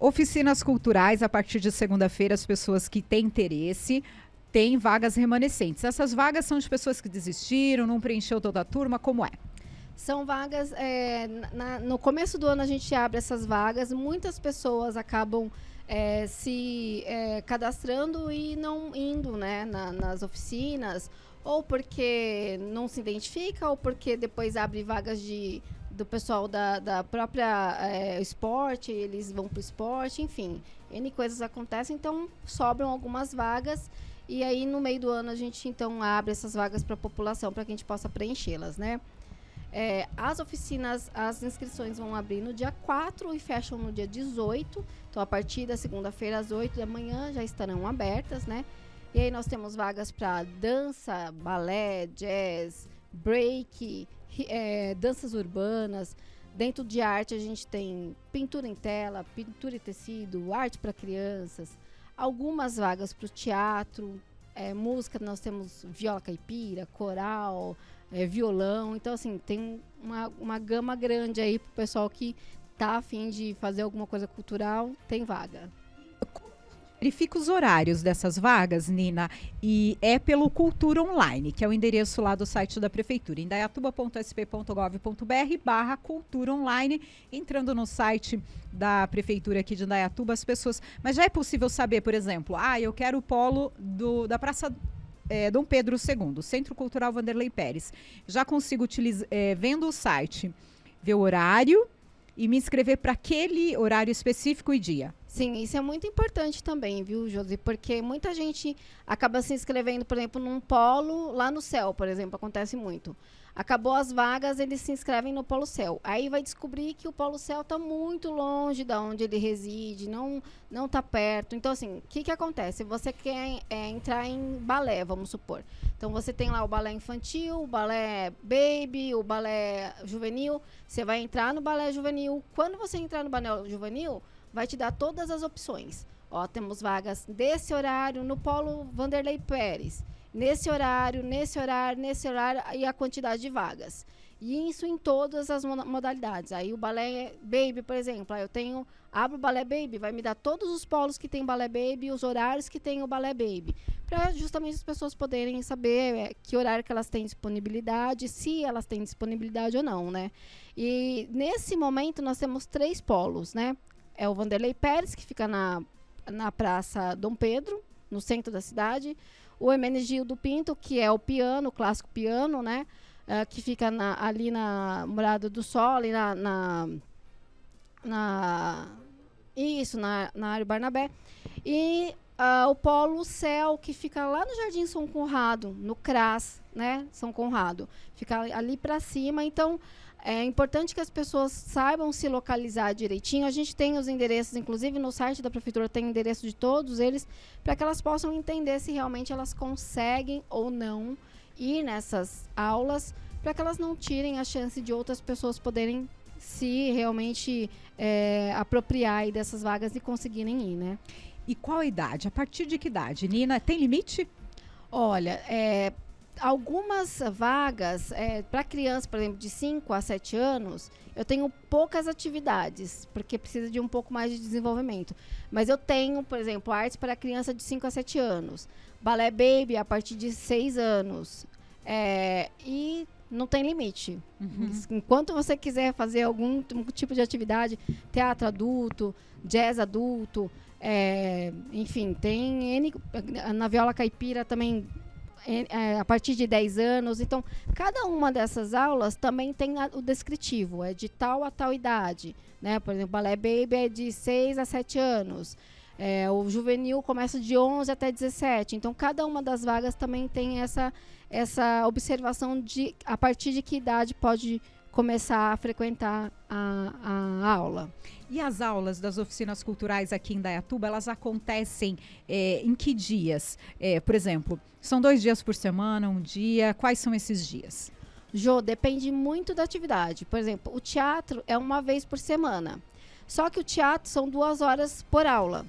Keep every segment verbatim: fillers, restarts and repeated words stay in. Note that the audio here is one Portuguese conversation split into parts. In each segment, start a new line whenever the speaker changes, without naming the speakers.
Oficinas culturais, a partir de segunda-feira, as pessoas que têm interesse têm vagas remanescentes. Essas vagas são de pessoas que desistiram, não preencheu toda a turma, como é?
São vagas, é, na, no começo do ano a gente abre essas vagas, muitas pessoas acabam é, se é, cadastrando e não indo, né, na, nas oficinas, ou porque não se identifica, ou porque depois abre vagas de, do pessoal da, da própria é, esporte, eles vão para o esporte, enfim, N coisas acontecem, então sobram algumas vagas, e aí no meio do ano a gente então abre essas vagas para a população, para que a gente possa preenchê-las, né? É, as oficinas, as inscrições vão abrir no dia quatro e fecham no dia dezoito. Então, a partir da segunda-feira, às oito da manhã, já estarão abertas, né? E aí nós temos vagas para dança, balé, jazz, break, é, danças urbanas. Dentro de arte, a gente tem pintura em tela, pintura em tecido, arte para crianças. Algumas vagas para o teatro, é, música, nós temos viola caipira, coral... É, violão, então assim, tem uma, uma gama grande aí pro pessoal que tá a fim de fazer alguma coisa cultural, tem vaga.
Verifica os horários dessas vagas, Nina, e é pelo Cultura Online, que é o endereço lá do site da Prefeitura, indaiatuba ponto s p ponto gov ponto b r barra Cultura Online. Entrando no site da Prefeitura aqui de Indaiatuba, as pessoas... Mas já é possível saber, por exemplo, ah, eu quero o polo do, da Praça... É, Dom Pedro segundo, Centro Cultural Wanderley Pérez. Já consigo, utilizar, é, vendo o site, ver o horário e me inscrever para aquele horário específico e dia.
Sim, isso é muito importante também, viu, Josi? Porque muita gente acaba se inscrevendo, por exemplo, num polo lá no céu, por exemplo, acontece muito. Acabou as vagas, eles se inscrevem no Polo Céu. Aí vai descobrir que o Polo Céu está muito longe de onde ele reside, não não está perto. Então, assim, o que, que acontece? Você quer é, entrar em balé, vamos supor. Então, você tem lá o balé infantil, o balé baby, o balé juvenil. Você vai entrar no balé juvenil. Quando você entrar no balé juvenil, vai te dar todas as opções. Ó, temos vagas desse horário no Polo Wanderley Pérez. Nesse horário, nesse horário, nesse horário e a quantidade de vagas. E isso em todas as modalidades. Aí o balé baby, por exemplo, aí eu tenho, abro o balé baby, vai me dar todos os polos que tem balé baby e os horários que tem o balé baby. Para justamente as pessoas poderem saber é, que horário que elas têm disponibilidade, se elas têm disponibilidade ou não, né? E nesse momento nós temos três polos, né? É o Wanderley Pérez, que fica na, na Praça Dom Pedro, no centro da cidade. O Hermenegildo Pinto, que é o piano, o clássico piano, né? Uh, que fica na, ali na Morada do Sol, ali na... na, na isso, na, na área Barnabé. E uh, o Polo Céu, que fica lá no Jardim São Conrado, no CRAS, né? São Conrado. Fica ali para cima, então... É importante que as pessoas saibam se localizar direitinho. A gente tem os endereços, inclusive no site da Prefeitura tem endereço de todos eles, para que elas possam entender se realmente elas conseguem ou não ir nessas aulas, para que elas não tirem a chance de outras pessoas poderem se realmente é, apropriar aí dessas vagas e conseguirem ir, né?
E qual a idade? A partir de que idade? Nina, tem limite?
Olha, é... algumas vagas, é, para criança, por exemplo, de cinco a sete anos, eu tenho poucas atividades, porque precisa de um pouco mais de desenvolvimento. Mas eu tenho, por exemplo, artes para criança de cinco a sete anos, balé baby a partir de seis anos, é, e não tem limite. Uhum. Enquanto você quiser fazer algum tipo de atividade, teatro adulto, jazz adulto, é, enfim, tem N, na viola caipira também, É, a partir de dez anos. Então, cada uma dessas aulas também tem a, o descritivo, é de tal a tal idade, né? Por exemplo, balé baby é de seis a sete anos, é, o juvenil começa de onze até dezessete. Então, cada uma das vagas também tem essa, essa observação de a partir de que idade pode começar a frequentar a, a aula.
E as aulas das oficinas culturais aqui em Indaiatuba, elas acontecem é, em que dias? É, por exemplo, são dois dias por semana, um dia? Quais são esses dias?
Jô, depende muito da atividade. Por exemplo, o teatro é uma vez por semana. Só que o teatro são duas horas por aula.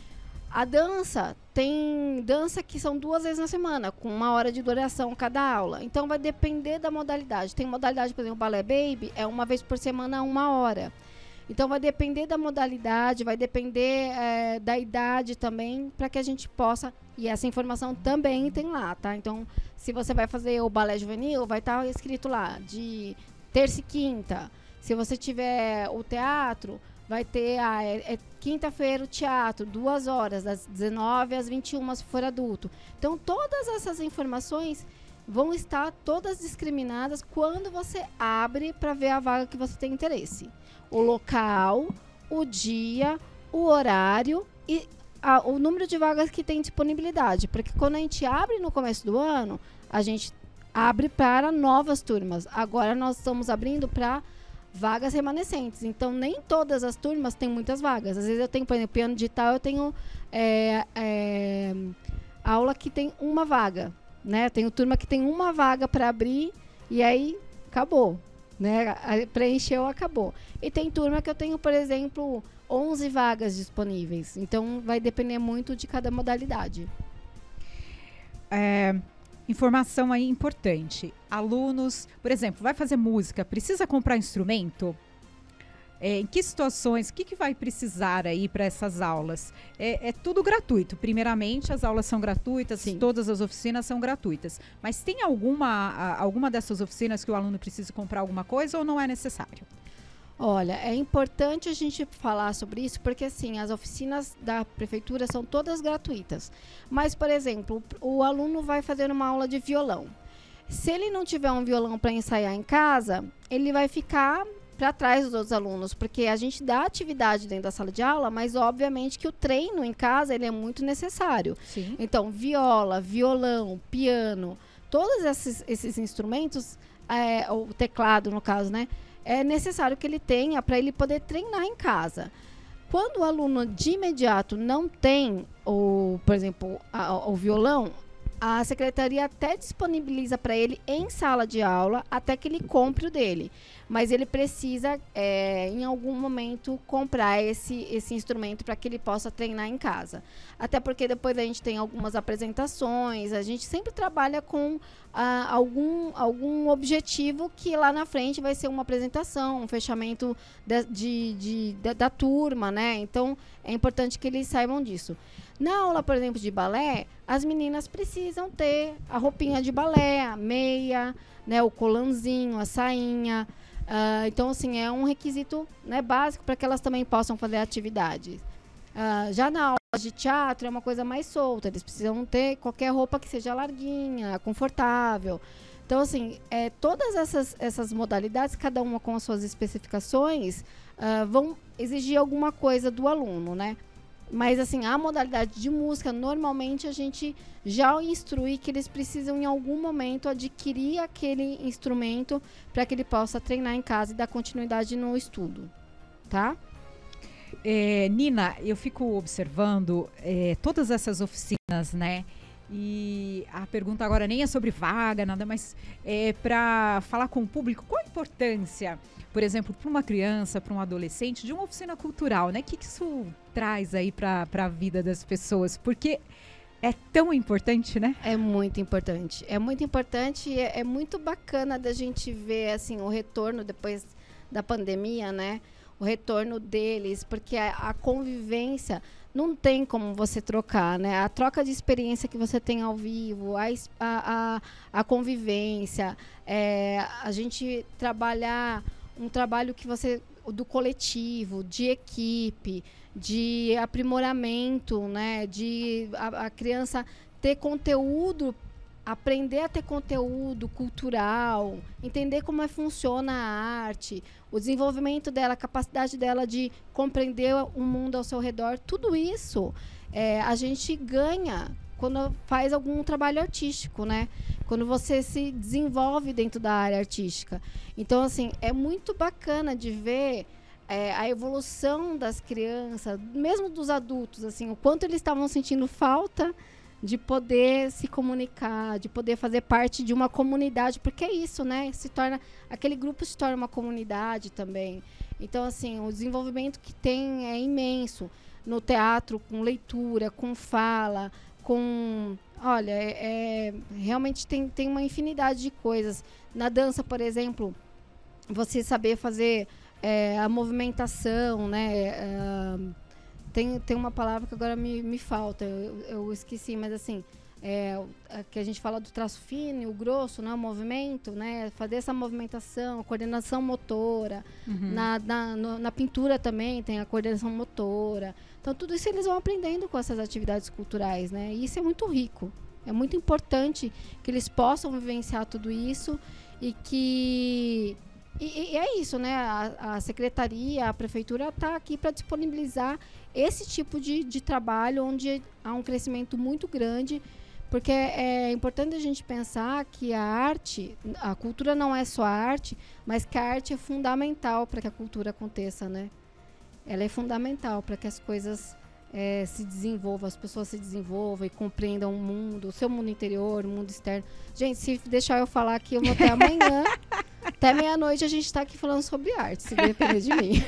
A dança, tem dança que são duas vezes na semana, com uma hora de duração cada aula. Então, vai depender da modalidade. Tem modalidade, por exemplo, balé baby, é uma vez por semana, uma hora. Então, vai depender da modalidade, vai depender é, da idade também, para que a gente possa... E essa informação também tem lá, tá? Então, se você vai fazer o balé juvenil, vai estar escrito lá, de terça e quinta. Se você tiver o teatro, vai ter... Ah, é, é quinta-feira o teatro, duas horas, das dezenove às vinte e uma, se for adulto. Então, todas essas informações vão estar todas discriminadas quando você abre para ver a vaga que você tem interesse. O local, o dia, o horário e a, o número de vagas que tem disponibilidade. Porque quando a gente abre no começo do ano, a gente abre para novas turmas. Agora nós estamos abrindo para vagas remanescentes. Então, nem todas as turmas têm muitas vagas. Às vezes eu tenho, por exemplo, piano digital, eu tenho é, é, aula que tem uma vaga. Né? Eu tenho turma que tem uma vaga para abrir e aí acabou. Né? Preencheu, acabou. E tem turma que eu tenho, por exemplo, onze vagas disponíveis. Então, vai depender muito de cada modalidade.
É, informação aí importante. Alunos, por exemplo, vai fazer música, precisa comprar instrumento? É, em que situações, o que, que vai precisar aí para essas aulas? É, é tudo gratuito. Primeiramente, as aulas são gratuitas, Sim. todas as oficinas são gratuitas. Mas tem alguma, a, alguma dessas oficinas que o aluno precisa comprar alguma coisa ou não é necessário?
Olha, é importante a gente falar sobre isso, porque assim, as oficinas da prefeitura são todas gratuitas. Mas, por exemplo, o, o aluno vai fazer uma aula de violão. Se ele não tiver um violão para ensaiar em casa, ele vai ficar para trás dos outros alunos, porque a gente dá atividade dentro da sala de aula, mas obviamente que o treino em casa ele é muito necessário.
Sim.
Então, viola, violão, piano, todos esses, esses instrumentos, é, o teclado no caso, né, é necessário que ele tenha para ele poder treinar em casa. Quando o aluno de imediato não tem, o, por exemplo, a, o violão, a secretaria até disponibiliza para ele em sala de aula até que ele compre o dele. Mas ele precisa, é, em algum momento, comprar esse, esse instrumento para que ele possa treinar em casa. Até porque depois a gente tem algumas apresentações, a gente sempre trabalha com ah, algum, algum objetivo que lá na frente vai ser uma apresentação, um fechamento de, de, de, de, da turma, né? Então, é importante que eles saibam disso. Na aula, por exemplo, de balé, as meninas precisam ter a roupinha de balé, a meia, né, o colanzinho, a sainha. Uh, então, assim, é um requisito, né, básico para que elas também possam fazer atividades. Uh, já na aula de teatro é uma coisa mais solta. Eles precisam ter qualquer roupa que seja larguinha, confortável. Então, assim, é, todas essas, essas modalidades, cada uma com as suas especificações, uh, vão exigir alguma coisa do aluno, né? Mas, assim, a modalidade de música, normalmente a gente já instrui que eles precisam, em algum momento, adquirir aquele instrumento para que ele possa treinar em casa e dar continuidade no estudo, tá?
É, Nina, eu fico observando é, todas essas oficinas, né? E a pergunta agora nem é sobre vaga, nada, mas é para falar com o público, qual a importância, por exemplo, para uma criança, para um adolescente, de uma oficina cultural, né? O que, que isso traz aí para a vida das pessoas? Porque é tão importante, né?
É muito importante. É muito importante e é, é muito bacana da gente ver, assim, o retorno depois da pandemia, né? O retorno deles, porque a, a convivência não tem como você trocar, né? A troca de experiência que você tem ao vivo, a, a, a convivência, é, a gente trabalhar um trabalho que você, do coletivo, de equipe, de aprimoramento, né? De a, a criança ter conteúdo, aprender a ter conteúdo cultural, entender como é, funciona a arte, o desenvolvimento dela, a capacidade dela de compreender o mundo ao seu redor, tudo isso é, a gente ganha quando faz algum trabalho artístico, né? Quando você se desenvolve dentro da área artística. Então, assim, é muito bacana de ver é, a evolução das crianças, mesmo dos adultos, assim, o quanto eles estavam sentindo falta de poder se comunicar, de poder fazer parte de uma comunidade, porque é isso, né? Se torna, aquele grupo se torna uma comunidade também. Então, assim, o desenvolvimento que tem é imenso no teatro, com leitura, com fala, com... Olha, é, é, realmente tem, tem uma infinidade de coisas. Na dança, por exemplo, você saber fazer é, a movimentação, né? É, tem, tem uma palavra que agora me, me falta, eu, eu esqueci, mas assim, é, que a gente fala do traço fino e o grosso, né? O movimento, né? Fazer essa movimentação, coordenação motora. Uhum. Na, na, no, na pintura também tem a coordenação motora. Então, tudo isso eles vão aprendendo com essas atividades culturais, né? E isso é muito rico. É muito importante que eles possam vivenciar tudo isso e que... E, e é isso, né? A, a secretaria, a prefeitura está aqui para disponibilizar esse tipo de, de trabalho onde há um crescimento muito grande, porque é importante a gente pensar que a arte, a cultura não é só a arte, mas que a arte é fundamental para que a cultura aconteça, né? Ela é fundamental para que as coisas é, se desenvolvam, as pessoas se desenvolvam e compreendam o mundo, o seu mundo interior, o mundo externo. Gente, se deixar eu falar aqui, eu vou até amanhã. Até meia-noite a gente está aqui falando sobre arte, se depender de mim.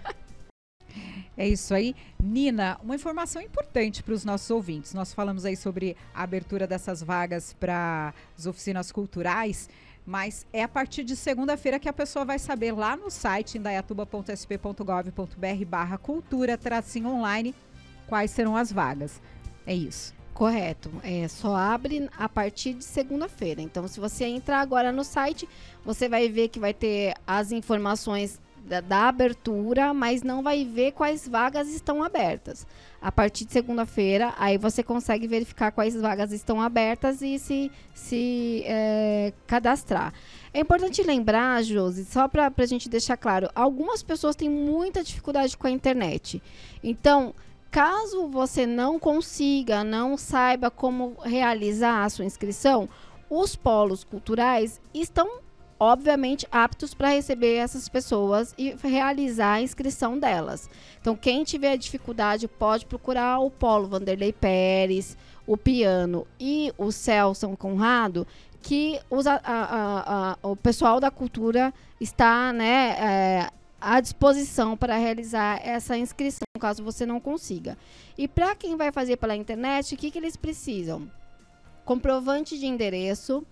É isso aí. Nina, uma informação importante para os nossos ouvintes. Nós falamos aí sobre a abertura dessas vagas para as oficinas culturais, mas é a partir de segunda-feira que a pessoa vai saber lá no site indaiatuba ponto s p ponto gov ponto b r barra cultura tracinho online quais serão as vagas. É isso.
Correto. É, só abre a partir de segunda-feira. Então, se você entrar agora no site, você vai ver que vai ter as informações da, da abertura, mas não vai ver quais vagas estão abertas. A partir de segunda-feira, aí você consegue verificar quais vagas estão abertas e se, se é, cadastrar. É importante lembrar, Josi, só para a gente deixar claro, algumas pessoas têm muita dificuldade com a internet. Então, caso você não consiga, não saiba como realizar a sua inscrição, os polos culturais estão, obviamente, aptos para receber essas pessoas e realizar a inscrição delas. Então, quem tiver dificuldade pode procurar o polo Vanderlei Pérez, o piano e o Celso Conrado, que os, a, a, a, o pessoal da cultura está, né, é, à disposição para realizar essa inscrição, caso você não consiga. E para quem vai fazer pela internet, o que, que eles precisam? Comprovante de endereço,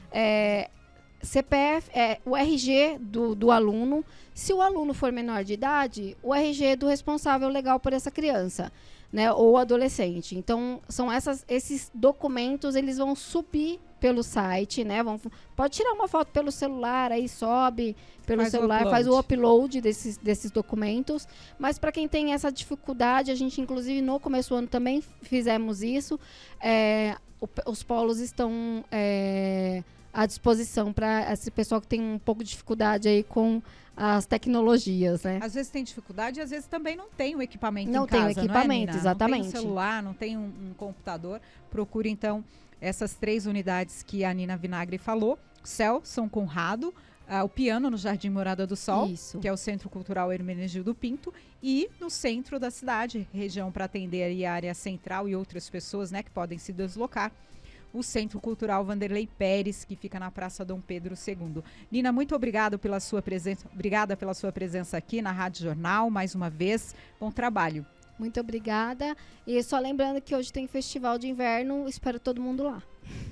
é, C P F, é, o R G do, do aluno. Se o aluno for menor de idade, o R G do responsável legal por essa criança, né, ou adolescente. Então, são essas, esses documentos, eles vão subir pelo site, né? Vão, pode tirar uma foto pelo celular, aí sobe pelo
faz
celular,
o
faz o upload desses, desses documentos. Mas para quem tem essa dificuldade, a gente, inclusive, no começo do ano também fizemos isso. É, o, os polos estão é, à disposição para esse pessoal que tem um pouco de dificuldade aí com as tecnologias, né?
Às vezes tem dificuldade e às vezes também não tem o equipamento
não
em casa,
tem o equipamento,
não é,
exatamente.
Não tem um celular, não tem um, um computador. Procure, então, essas três unidades que a Nina Vinagre falou. Céu, São Conrado, uh, o piano no Jardim Morada do Sol,
Isso.
que é o Centro Cultural Hermenegildo Pinto, e no centro da cidade, região para atender aí a área central e outras pessoas, né, que podem se deslocar, o Centro Cultural Vanderlei Pérez, que fica na Praça Dom Pedro segundo. Nina, muito obrigado pela sua presença, obrigada pela sua presença aqui na Rádio Jornal, mais uma vez. Bom trabalho.
Muito obrigada. E só lembrando que hoje tem Festival de Inverno, espero todo mundo lá.